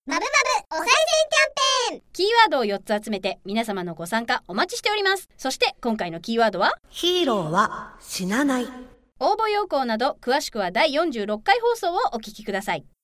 まぶまぶお賽銭キャンペーン。 キーワードを4つ集めて皆様のご参加お待ちしております。そして今回のキーワードはヒーローは死なない。 応募要項など詳しくは第46回放送をお聞きください。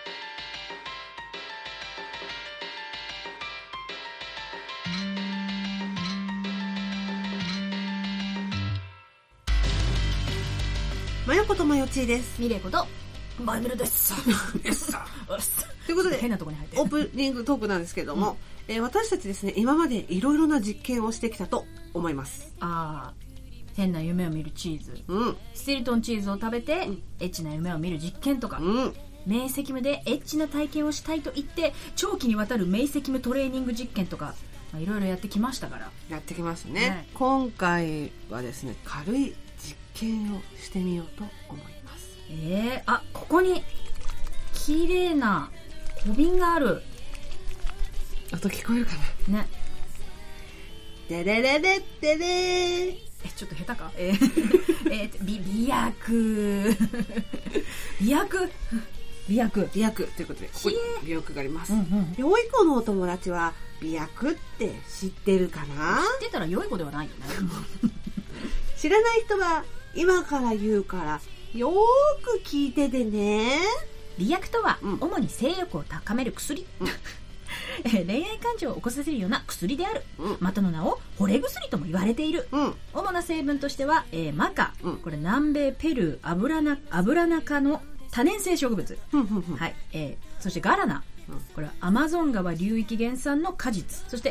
まよことまよちーです。 ミレイことマイメルです。 ということで変なとこに入ってオープニングトークなんですけども、私たちですね、今までいろいろな実験をしてきたと思います。 変な夢を見るチーズ、スティルトンチーズを食べて、エッチな夢を見る実験とか、明晰夢でエッチな体験をしたいと言って長期にわたる明晰夢トレーニング実験とか、いろいろやってきましたから。 やってきましたね、今回はですね、軽い実験をしてみようと思います。 ここに綺麗な小瓶がある。 音聞こえるかなね。 デレレレデレちょっと下手か。美薬美薬ということで、ここに美薬があります。良い子のお友達は美薬って知ってるかな？ 知ってたら良い子ではないよね。 知らない人は今から言うからよーく聞いててね。 美薬とは、主に性欲を高める薬、恋愛感情を起こさせるような薬である、またの名を惚れ薬とも言われている、主な成分としては、マカ、これ南米ペルーアブラナ科の多年生植物、そしてガラナ、これはアマゾン川流域原産の果実、そして、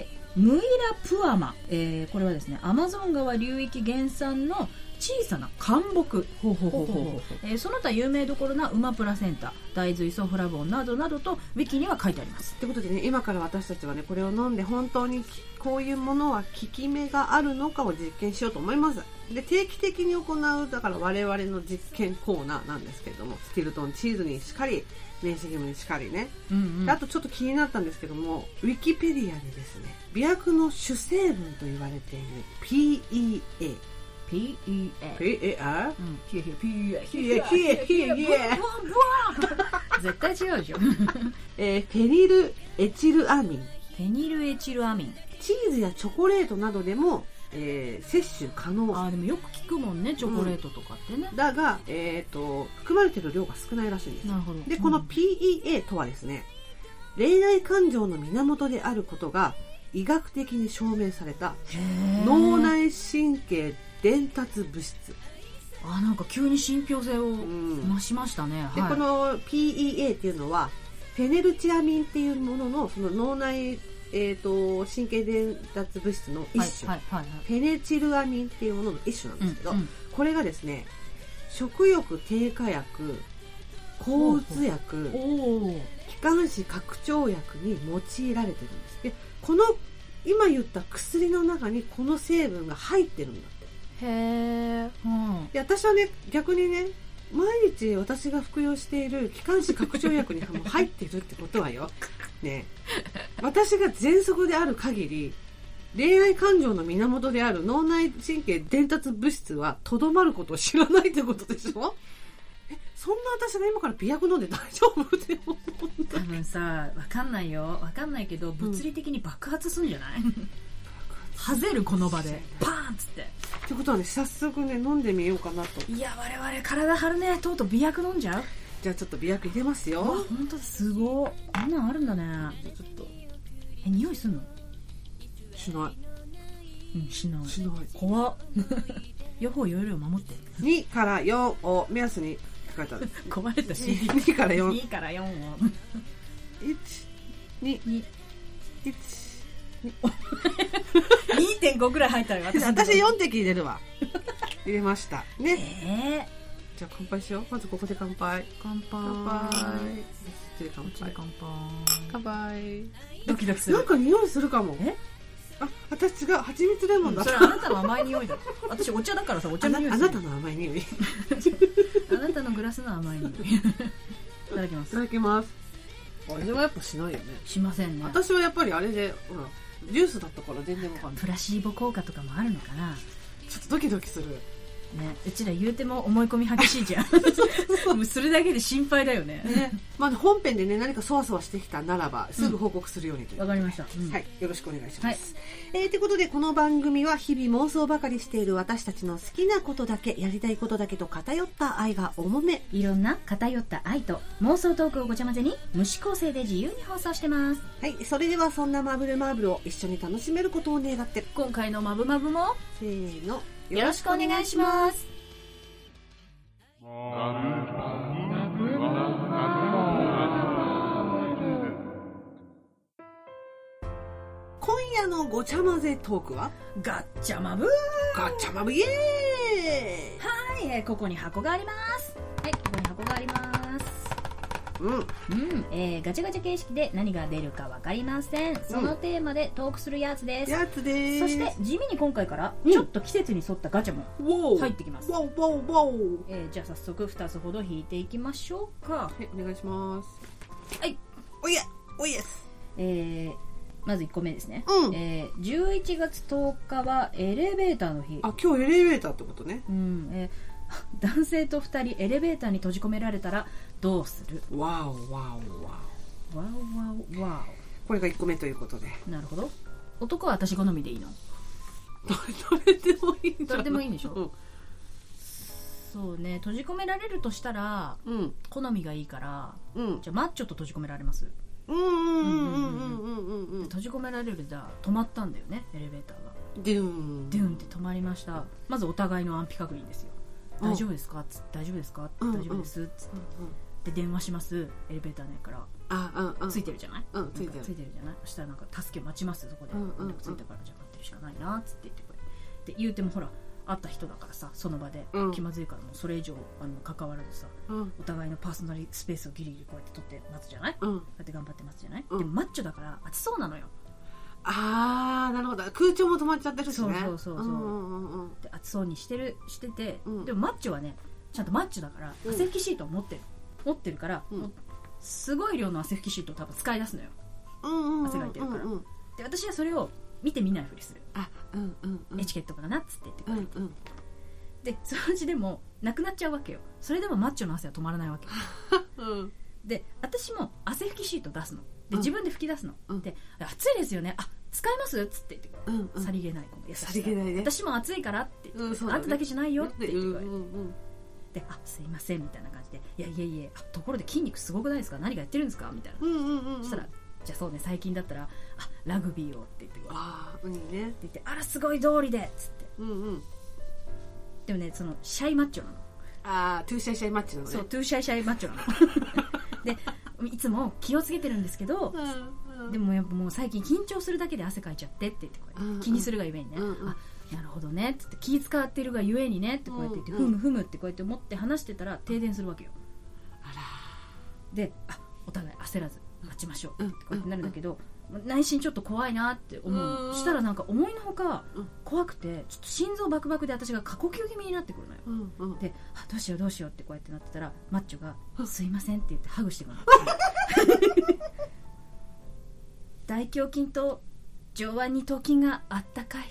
ムイラプアマ、これはですね、アマゾン川流域原産の小さな乾木、その他有名どころなウマプラセンタ、大豆イソフラボンなどなどとウィキには書いてあります。 ということでね、今から私たちはね、これを飲んで本当にこういうものは効き目があるのかを実験しようと思います。で、定期的に行う、だから我々の実験コーナーなんですけれども、スティルトンチーズにしかり、明晰夢にしかりね、あとちょっと気になったんですけども、ウィキペディアでですね、美薬の主成分と言われている PEA PEA 絶対違うでしょ。 フェニルエチルアミン。チーズやチョコレートなどでも、摂取可能。 でもよく聞くもんね、チョコレートとかってね。 だが、含まれている量が少ないらしいんです。 なるほど。 で、この PEA とはですね、恋愛感情の源であることが医学的に証明された脳内神経伝達物質。 なんか急に信憑性を増しましたね。 で、この PEA っていうのはフェネルチラミンっていうものの、その脳内、神経伝達物質の一種、フェネチルアミンっていうものの一種なんですけど、これがですね、食欲低下薬、抗うつ薬、気管支拡張薬に用いられてるんです。で、この今言った薬の中にこの成分が入ってるんだって。で、私はね、逆にね、毎日私が服用している気管支拡張薬にも入ってるってことはよ、ね、私が喘息である限り恋愛感情の源である脳内神経伝達物質はとどまることを知らないってことでしょ。そんな私が今から美薬飲んで大丈夫って思う。 多分さ、わかんないけど物理的に爆発するんじゃない？はぜる、この場でパーンっつってってことはね、早速ね、飲んでみようかなと。 いや、我々体張るね。とうとう美薬飲んじゃう。 じゃあちょっと美薬入れますよ。 本当だ、すごい。こんなんあるんだね。 ちょっと匂いすんの？ しない。 しない。 怖っ。 予報容量守って。 2から4を目安に書いてある。 壊れたし。 2から4。 2から4を。 1、2、1。 2.5 ぐらい入ったら私4滴入れるわ。入れましたね。じゃあ乾杯しよう。まずここで乾杯。乾杯。 ドキドキする。 なんか匂いするかも。私違う、蜂蜜レモンだ。 それあなたの甘い匂いだ。私お茶だからさ、お茶の匂いする。 あなたの甘い匂い。 あなたのグラスの甘い匂い。いただきます。 いただきます。あれはやっぱしないよね。 しませんね。 私はやっぱりあれで、ほら、ジュースだったから全然わかんない。 プラシーボ効果とかもあるのかな。 ちょっとドキドキする。 ね、うちら言うても思い込み激しいじゃんもうそれだけで心配だよ ね、 まあ、本編でね何かそわそわしてきたならばすぐ報告するようにというわかりました、 はい、よろしくお願いします、ということでこの番組は日々妄想ばかりしている私たちの好きなことだけやりたいことだけと偏った愛が重め、 いろんな偏った愛と妄想トークをごちゃ混ぜに無視構成で自由に放送してます。 はい、それではそんなマブルマーブルを一緒に楽しめることを願って今回のマブマブもせーのよろしくお願いします。 今夜のごちゃ混ぜトークはガッチャマブガッチャマブイエーイ。 はい、ここに箱があります。はい、ここに箱があります。ガチャガチャ形式で何が出るか分かりません。そのテーマでトークするやつです。 やつです。 そして地味に今回からちょっと季節に沿ったガチャも入ってきます。 じゃあ早速2つほど引いていきましょうか。はい、お願いします。はい、おいえす。 まず1個目ですね、11月10日はエレベーターの日。 あ、今日エレベーターってことね。 男性と2人エレベーターに閉じ込められたらどうする？ わお。これが1個目ということで。 なるほど。男は私好みでいいの？ 誰でもいいんじゃない？ 誰でもいいんでしょ、そうね、閉じ込められるとしたら、好みがいいから、じゃあマッチョと閉じ込められます？閉じ込められるじゃ止まったんだよね、エレベーターがデューンって止まりました。まずお互いの安否確認ですよ。大丈夫ですか？大丈夫ですか？大丈夫ですっつってで電話します。エレベーターないからついてるじゃない？ついてるじゃない？そしたらなんか助け待ちます。そこで連絡ついたからじゃあ待ってるしかないなっつって言ってこれで言うてもほら会った人だからさ、その場で気まずいからもうそれ以上関わらずさ、お互いのパーソナルスペースをギリギリこうやって取って待つじゃない？こうやって頑張って待つじゃない？でもマッチョだから暑そうなのよ。 なるほど。空調も止まっちゃってるしね。 そうで暑そうにしてて、でもマッチョはねちゃんとマッチョだから汗拭きシートを持ってるから、すごい量の汗拭きシートを多分使い出すのよ。汗がいてるから。で私はそれを見て見ないふりする。エチケットかなっつって言ってくれて、でそのうちでもなくなっちゃうわけよ。それでもマッチョの汗は止まらないわけで私も汗拭きシート出すので、自分で拭き出すの、で暑いですよね、使いますっつって言って、さりげないこの優しさ、私も暑いからって言って、あんただけじゃないよって言ってで、すいませんみたいな感じで、いやところで筋肉すごくないですか、何がやってるんですかみたいな、そしたらじゃあそうね、最近だったらラグビーをって言ってって言って、あらすごい通りでっつって、でもねそのシャイマッチョなの。 トゥーシャイシャイマッチョなのね。 そう、トゥーシャイシャイマッチョなのでいつも気をつけてるんですけど、でもやっぱもう最近緊張するだけで汗かいちゃってって言ってこう気にするがゆえにね、なるほどねっつって、気使ってるがゆえにねってこうやって言って、ふむってこうやって思って話してたら停電するわけよ。でお互い焦らず待ちましょうってこうやってなるんだけど、内心ちょっと怖いなって思う。したらなんか思いのほか怖くて、ちょっと心臓バクバクで私が過呼吸気味になってくるのよ。でどうしようってこうやってなってたら、マッチョがすいませんって言ってハグしてくるの大胸筋と上腕二頭筋があったかい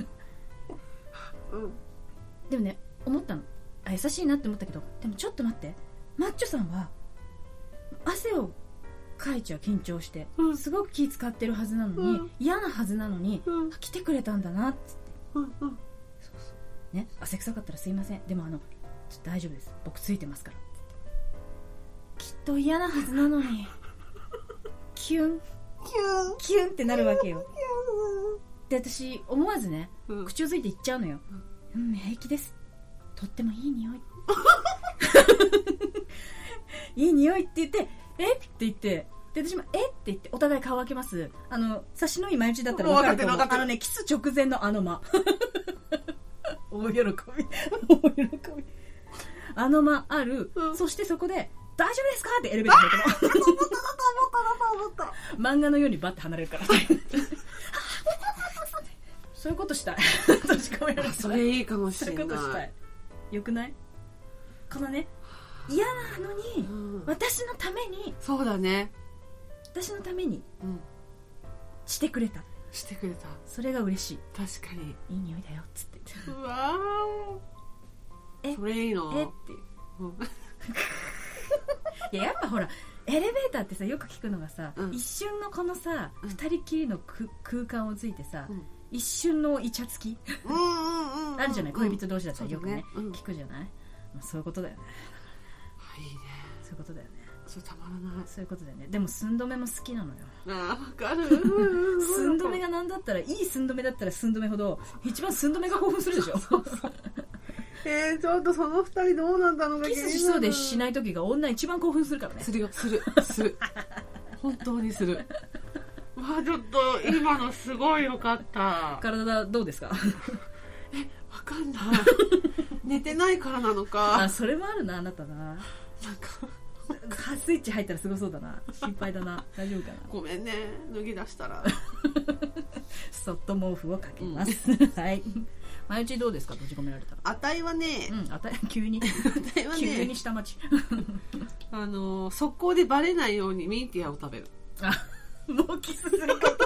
でもね思ったの、優しいなって思ったけど、でもちょっと待って、マッチョさんは汗をかいちゃう、緊張して、すごく気使ってるはずなのに、嫌なはずなのに、来てくれたんだなっつって、そうね、汗臭かったらすいません、でもちょっと大丈夫です、僕ついてますからって、きっと嫌なはずなのにキュンってなるわけよ。で私思わずね、口をついて言っちゃうのよ、平気です、とってもいい匂いいい匂いって言って、って言って、で私もって言ってお互い顔開けます。差しのいい前打ちだったら分かると思う。キス直前の間大喜び間ある、そしてそこで大丈夫ですかってエレベーター入っての漫画のようにバッて離れるからそういうことしたいそれいいかもしれない。 そういうことしたい。よくない？このね、嫌なのに、私のために、 そうだね、 私のために、してくれた、 それが嬉しい。 確かにいい匂いだよっつって、 うわそれいいなっていう、いややっぱほらエレベーターってさよく聞くのがさ、一瞬のこのさ二人きりの空間をついてさ、一瞬のイチャつきあるじゃない、恋人同士だったらよくね、聞くじゃない、そういうことだよね。 いいね、 そういうことだよね。 それたまらない。 そういうことだよね。でも寸止めも好きなのよ。 わかる。 寸止めがなんだったら、いい寸止めだったら寸止めほど一番寸止めが興奮するでしょ。 ちょっとその二人どうなんだろうか。 キスしそうでしない時が女一番興奮するからね。 するよ、する本当にする。わあ、ちょっと今のすごいよかった。 体どうですか？ わかんない。寝てないからなのか。 あ、それもあるな、あなたな。 なんかスイッチ入ったらすごそうだな。心配だな。大丈夫かな。 ごめんね、脱ぎ出したら。 そっと毛布をかけます。はい。まゆちどうですか、閉じ込められたら。 あたいはね、 急にあたいはね、 急に下町。 速攻でバレないようにミンティアを食べる。 もうキスすること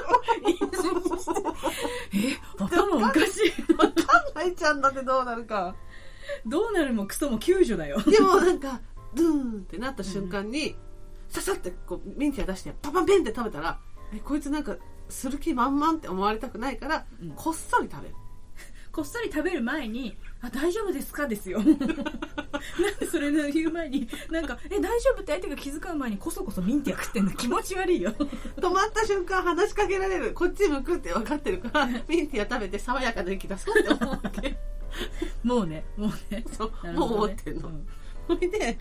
頭おかしい。 わかんないちゃんだってどうなるか。 どうなるもクソも救助だよ。 でもなんかドゥーンってなった瞬間に、ささってこうミンティア出してパパンペンって食べたら、こいつなんかする気満々って思われたくないから、こっそり食べる。 こっそり食べる前に大丈夫ですかですよ。なんでそれの言う前になんか大丈夫って相手が気遣う前にこそこそミンティア食ってんの気持ち悪いよ。 止まった瞬間話しかけられる、こっち向くって分かってるからミンティア食べて爽やかな息出そうって思うわけ。 もうねそう、もう思ってんの。それで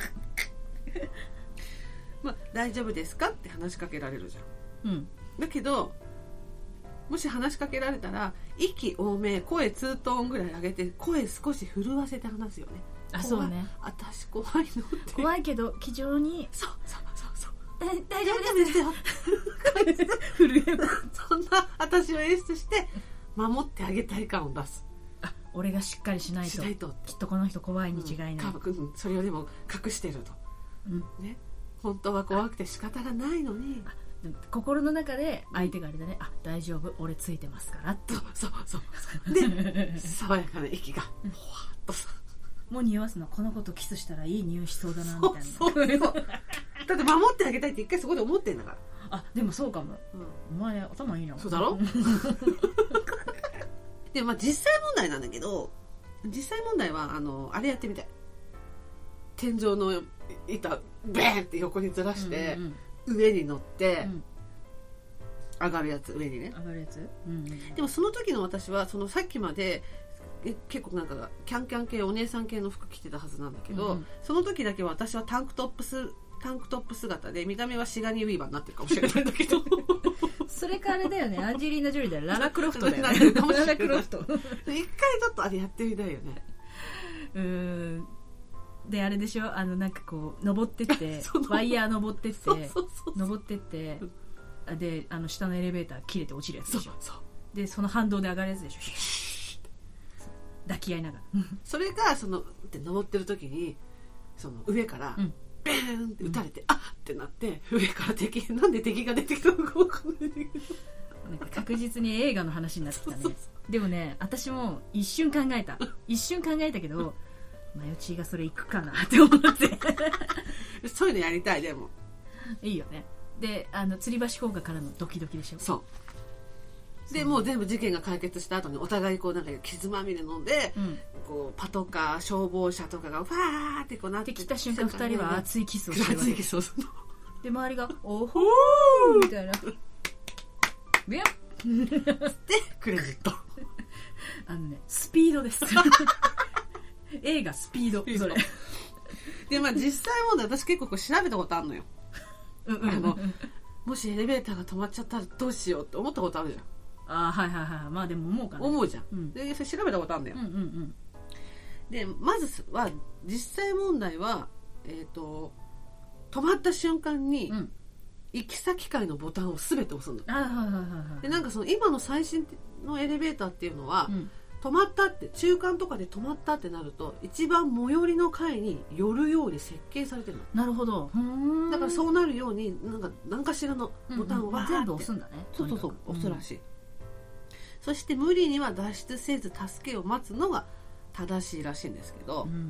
大丈夫ですかって話しかけられるじゃん、だけどもし話しかけられたら息多め、声2トーンぐらい上げて声少し震わせて話すよね。 あ、そうね。 私怖いのって怖いけど気丈に、 そう大丈夫ですよ。 震えます。そんな私を演出して守ってあげたい感を出す。 俺がしっかりしないときっとこの人怖いに違いない、 それをでも隠してると、ね、本当は怖くて仕方がないのに、 心の中で相手があれだね、大丈夫俺ついてますからって。 そうで爽やかな息がほわっとさ、 もう匂わすの、この子とキスしたらいい匂いしそうだなみたいな。そうだって守ってあげたいって一回そこで思ってんだから。 でもそうかも、お前頭いいな。 そうだろ。で実際問題なんだけど、実際問題はあれやってみたい。天井の板ベーンって横にずらして、上に乗って、上がるやつ、上にね上がるやつ、 でもその時の私はそのさっきまで結構なんかキャンキャン系お姉さん系の服着てたはずなんだけど、その時だけ私はタンクトップ姿で見た目はシガニー・ウィーバーになってるかもしれないんだけどそれかあれだよね、アンジェリーナ・ジョリーだよ、ララ・クロフトだよね。ララ・クロフト。 一回ちょっとあれやってみたいよね。 であれでしょ、なんかこう登ってってワイヤー登ってって登ってってで下のエレベーター切れて落ちるやつでしょ。でその反動で上がるやつでしょ。抱き合いながらそれがって登ってる時にその上から、ベーンって撃たれて、あっってなって上からなんで敵が出てきたのか分かんないんだけど、 なんか確実に映画の話になってきたね。でもね、私も一瞬考えたけどマヨチーがそれ行くかなって思ってそういうのやりたい。でもいいよね。で吊り橋効果からのドキドキでしょ。 そうでもう全部事件が解決した後にお互いこうなんか傷まみれので、こうパトカー消防車とかがファーってこうなってきた瞬間2人は熱いキスをしてるわけで、周りがおほーみたいなビュッでクレジットスピードです映画スピードそれで実際問題私結構こう調べたことあるのよ。もしエレベーターが止まっちゃったらどうしようって思ったことあるじゃん。 まあでも思うかな。 思うじゃん、でそれ調べたことあるんだよ、でまずは実際問題は止まった瞬間に、行き先階のボタンを全て押すんだ。でなんか今の最新のエレベーターっていうのは、止まったって中間とかで止まったってなると一番最寄りの階に寄るように設計されてるの。 なるほど。 だからそうなるように何かしらのボタンを全部押すんだね。 そう押すらしい、そして無理には脱出せず助けを待つのが正しいらしいんですけど、 うんうんうん、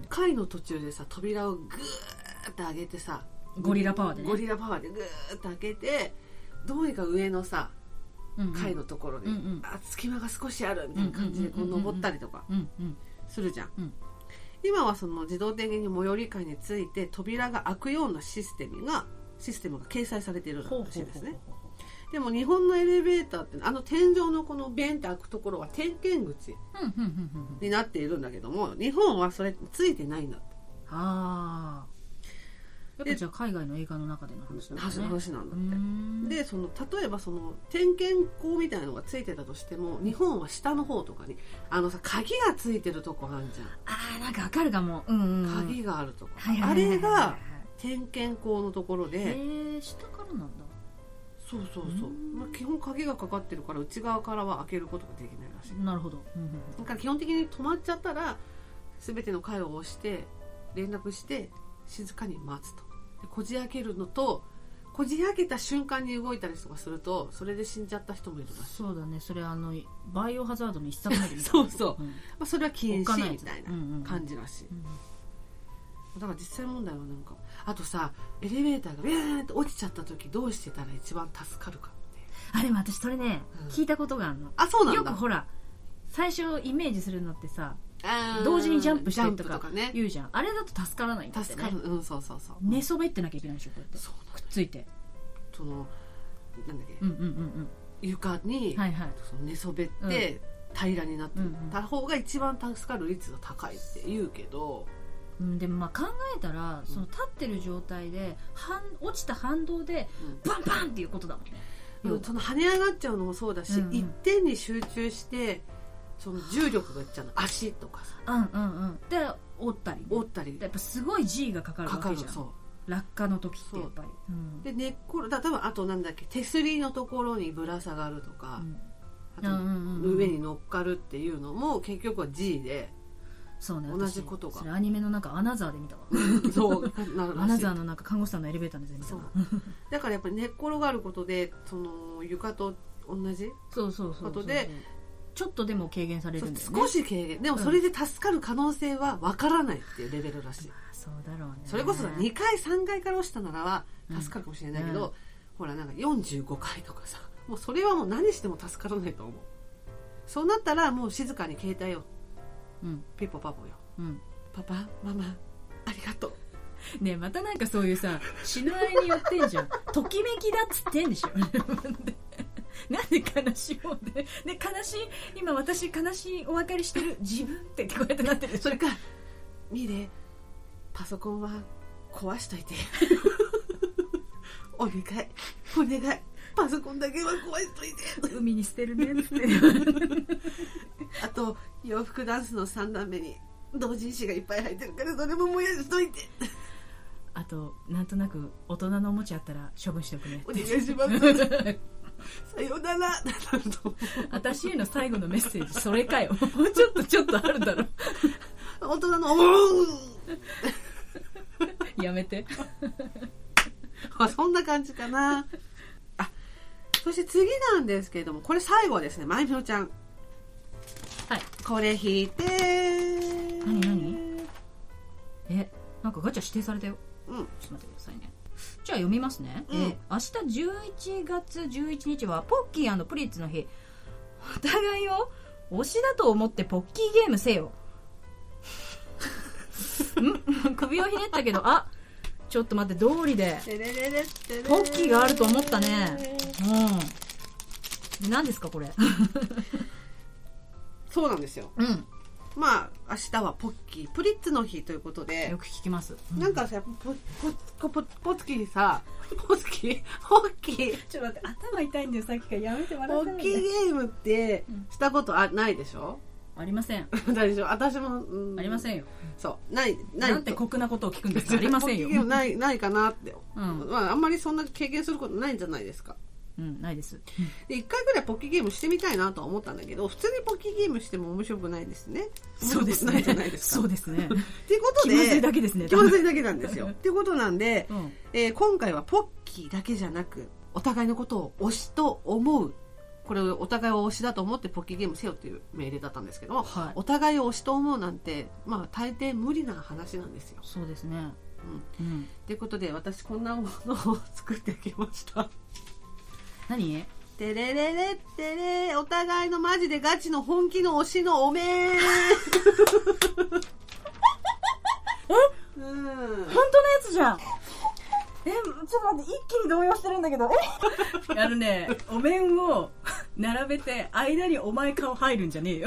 回の途中でさ扉をグーッと上げてさ、 ゴリラパワーでね、 ゴリラパワーでグーッと開けて、どうにか上のさ、階のところに、隙間が少しあるみたいな感じでこう登ったりとかするじゃん。今はその自動的に最寄り階について扉が開くようなシステムが掲載されているらしいですね。でも日本のエレベーターって天井のこのベンって開くところは点検口になっているんだけども、日本はそれついてないんだって。 ああ。やっぱじゃあ海外の映画の中での話なんだね。 話なんだって。で例えばその点検口みたいなのがついてたとしても、日本は下の方とかにさ鍵がついてるとこあるじゃん。 ああ、なんかわかるかも。 鍵があるとこ、あれが点検口のところで。 下からなんだ。 そう、まあ、基本鍵がかかってるから内側からは開けることができないらしい。 なるほど。 だから基本的に止まっちゃったら全ての階を押して連絡して静かに待つと。でこじ開けるのと、こじ開けた瞬間に動いたりとかするとそれで死んじゃった人もいるらしい。 そうだね、それバイオハザードの一作目で見たそう、まあ、それは禁止みたいな感じらしい。だから実際問題はなんか、あとさ、エレベーターがビャーンと落ちちゃった時どうしてたら一番助かるかって。 でも私それね、聞いたことがあるの。 あ、そうなんだ。 よくほら最初イメージするのってさ、同時にジャンプしてとか言うじゃん。あれだと助からないんだってね。助かる。そう。 寝そべってなきゃいけないでしょ、こうやってくっついて、 そのなんだっけ、床にその寝そべって平らになってた方が一番助かる率が高いって言うけど、 でもまあ考えたら、その立ってる状態で落ちた反動でバンバンっていうことだもんね。 その跳ね上がっちゃうのもそうだし、一点に集中してその重力がいっちゃうの、足とかさ、 で折ったりやっぱすごい G がかかるわけじゃん。そう、落下の時ってやっぱり、で寝っ転多分あとなんだっけ、手すりのところにぶら下がるとか、あと上に乗っかるっていうのも結局は G で。そうね、同じことが。それアニメのアナザーで見たわ。 そうアナザーの看護師さんのエレベーターで見たわ。 だからやっぱり寝っ転がることでその床と同じことでちょっとでも軽減されるんだよね。 少し軽減。でもそれで助かる可能性は分からないっていうレベルらしい。 そうだろうね。 それこそ2階3階から落ちたならは助かるかもしれないけど、ほらなんか45階とかさ、もうそれはもう何しても助からないと思う。そうなったらもう静かに携帯をピポパポよ、パパママありがとうね。またなんかそういうさ、死ぬあれによってんじゃん。ときめきだっつってんでしょ。なんで悲しいもんで、悲しい、今私悲しいお別れしてる自分ってこうやってなってる。 それかミレ、パソコンは壊しといてお願いパソコンだけは壊しといて海に捨てるねってあと洋服ダンスの3段目に同人誌がいっぱい入ってるからそれも燃やしといて。 あとなんとなく大人のおもちゃあったら処分しておくね。 お願いしますさよなら。 私への最後のメッセージそれかよ。もうちょっとあるだろ。 大人のやめて。 そんな感じかな。そして次なんですけれども、これ最後ですね。まゆみのちゃん、 はい、 これ引いて。 何なんかガチャ指定されたよ。ちょっと待ってくださいね。じゃあ読みますね。明日11月11日はポッキー&プリッツの日。お互いを推しだと思ってポッキーゲームせよ。首をひねったけど、ちょっと待って、道理でポッキーがあると思ったね。何ですかこれ。 そうなんですよ。まあ明日はポッキープリッツの日ということで、 よく聞きます。 なんかさ、ポッキーさ、ポッキーちょっと待って、頭痛いんだよ、さっきからやめて笑ってない。 ポッキーゲームってしたことないでしょ。 ありません。 私も、 ありませんよ。 そうないなんて酷なことを聞くんですか。ありませんよ。 ポッキーゲームないかなって、まああんまりそんな経験することないんじゃないですか。 ないです。 で1回ぐらいポッキーゲームしてみたいなとは思ったんだけど、普通にポッキーゲームしても面白くないですね。 そうですね。 ないじゃないですか。 そうですね。 っていうことで、 気まずいだけですね。 気まずいだけなんですよ。っていうことなんで、今回はポッキーだけじゃなく、お互いのことを推しと思うこれをお互いを推しだと思ってポッキーゲームせよっていう命令だったんですけども、 はい、 お互いを推しと思うなんて、まあ大抵無理な話なんですよ。 そうですね。 ということで私こんなものを作ってきました。 何？ てれれれってれ、お互いのマジでガチの本気の推しのおめー本当のやつじゃん。ちょっと待って、一気に動揺してるんだけど。お面を並べて間にお前顔入るんじゃねえよ。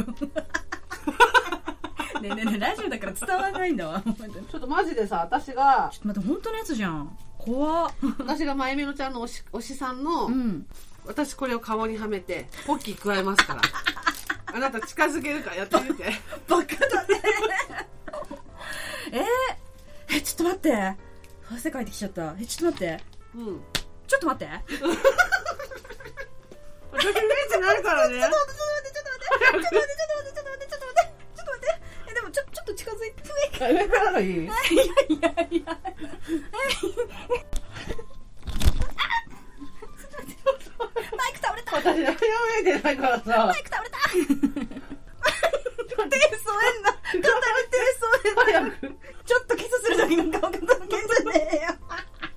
ねえねえねえ、ラジオだから伝わらないんだわ。 ちょっとマジでさ、私がちょっと待って、本当のやつじゃん。怖っ。 私がまゆみのちゃんの推しさんの、私これを顔にはめてポッキー加えますからあなた近づけるからやってみて。 バカだね。ちょっと待って、汗かいてきちゃった。ちょっと待って、ちょっと待って私見えてないからね。ちょっと待って、 でもちょっと近づいて上からがいい。 いやマイク倒れた。 私何も見えてないからさ。 マイク倒れた。手添えんな。肩に手添えんな。ちょっとキスするときの顔が届けんじゃねえよ。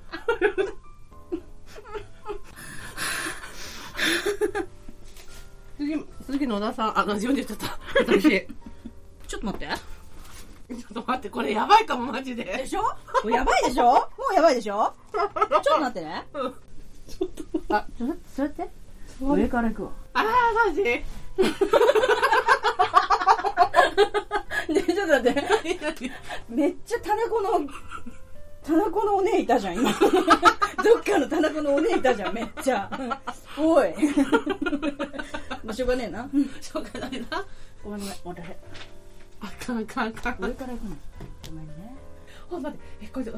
次野田さん、自分で言っちゃった。私。 ちょっと待って。 ちょっと待って、これやばいかもマジで。 でしょ？これやばいでしょ？もうやばいでしょ？ちょっと待ってね。 ちょっと。 座って。上から行くわ。 マジ？ ねちょっと待って。めっちゃ棚子のお姉いたじゃん、今。どっかの棚子のお姉いたじゃん、めっちゃ。おい。まあ、しょうがねえな。 しょうがないな。 ごめん、待って。 あかん。 上から行くの。ごめんね。 待って、これ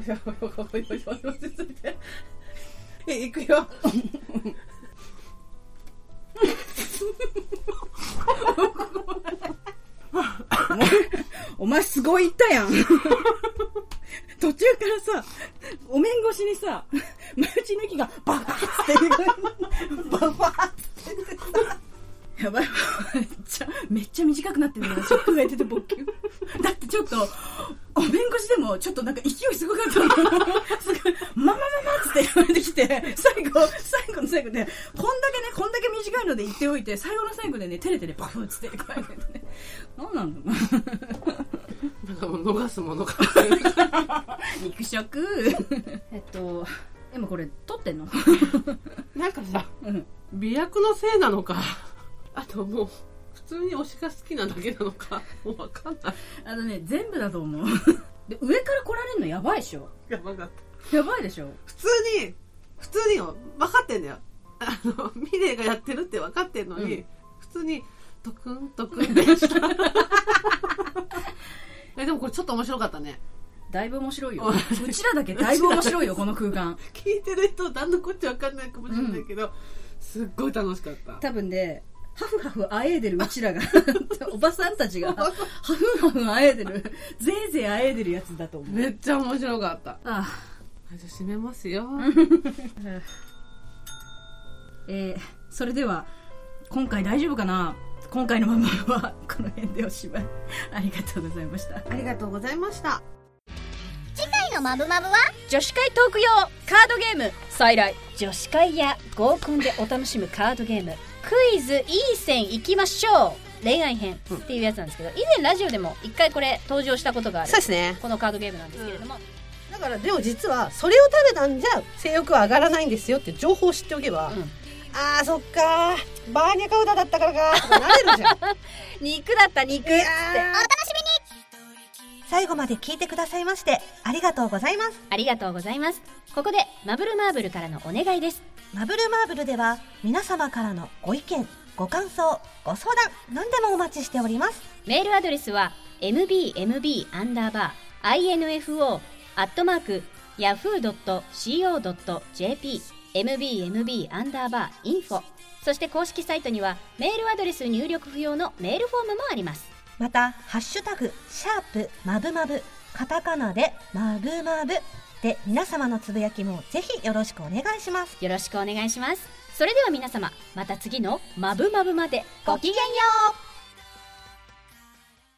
行くよ。 お前すごい言ったやん。途中からさ、お面越しにさ、マルチ抜きがバファーってバファーってさ、やばい、めっちゃ短くなってるのがショックが出て勃起。だってちょっとお面越しでもちょっとなんか勢いすごかったの。すごいママつって言われてきて、最後の最後でこんだけ短いので言っておいて、最後の最後でね、照れてね、バフッつってこうやってね、なんなんだ。 なんかもう逃すものか。 肉食。今これ撮ってんの？ なんかさ、美薬のせいなのか、あともう普通に推しが好きなだけなのか、もう分かんない。 全部だと思う。で、上から来られるのやばいでしょ？ やばかった。 やばいでしょ？ 普通によ、分かってんだよ。ミレイがやってるって分かってんのに、普通にトクンでした。でもこれちょっと面白かったね。 だいぶ面白いよ。うちらだけだいぶ面白いよ、この空間。 聞いてる人何のこっちゃ分かんないかもしれないけど、すっごい楽しかった。 多分ね、ハフハフあえいでるうちらがおばさんたちがハフハフあえいでる、ぜいぜいあえいでるやつだと思う。 めっちゃ面白かった。じゃあ閉めますよ。 それでは今回大丈夫かな。今回のママはこの辺でおしまい。ありがとうございました。 ありがとうございました。 次回のマブマブは女子会トーク用カードゲーム再来。女子会や合コンでお楽しむカードゲーム、クイズいい線いきましょう恋愛編っていうやつなんですけど、以前ラジオでも一回これ登場したことがある。 そうですね。 このカードゲームなんですけれども、 だからでも実はそれを食べたんじゃ性欲は上がらないんですよって情報を知っておけば、あーそっかーバーニャカウダだったからかとかなれるじゃん。 肉だった肉っつって。 お楽しみに。 最後まで聞いてくださいましてありがとうございます。 ありがとうございます。ここでマブルマーブルからのお願いです。 マブルマーブルでは皆様からのご意見ご感想ご相談何でもお待ちしております。 メールアドレスは mbmb_info@yahoo.co.jp mbmb_info。 そして公式サイトにはメールアドレス入力不要のメールフォームもあります。 またハッシュタグマブマブカタカナでマブマブで皆様のつぶやきもぜひよろしくお願いします。 よろしくお願いします。 それでは皆様また次のマブマブまでごきげんよう。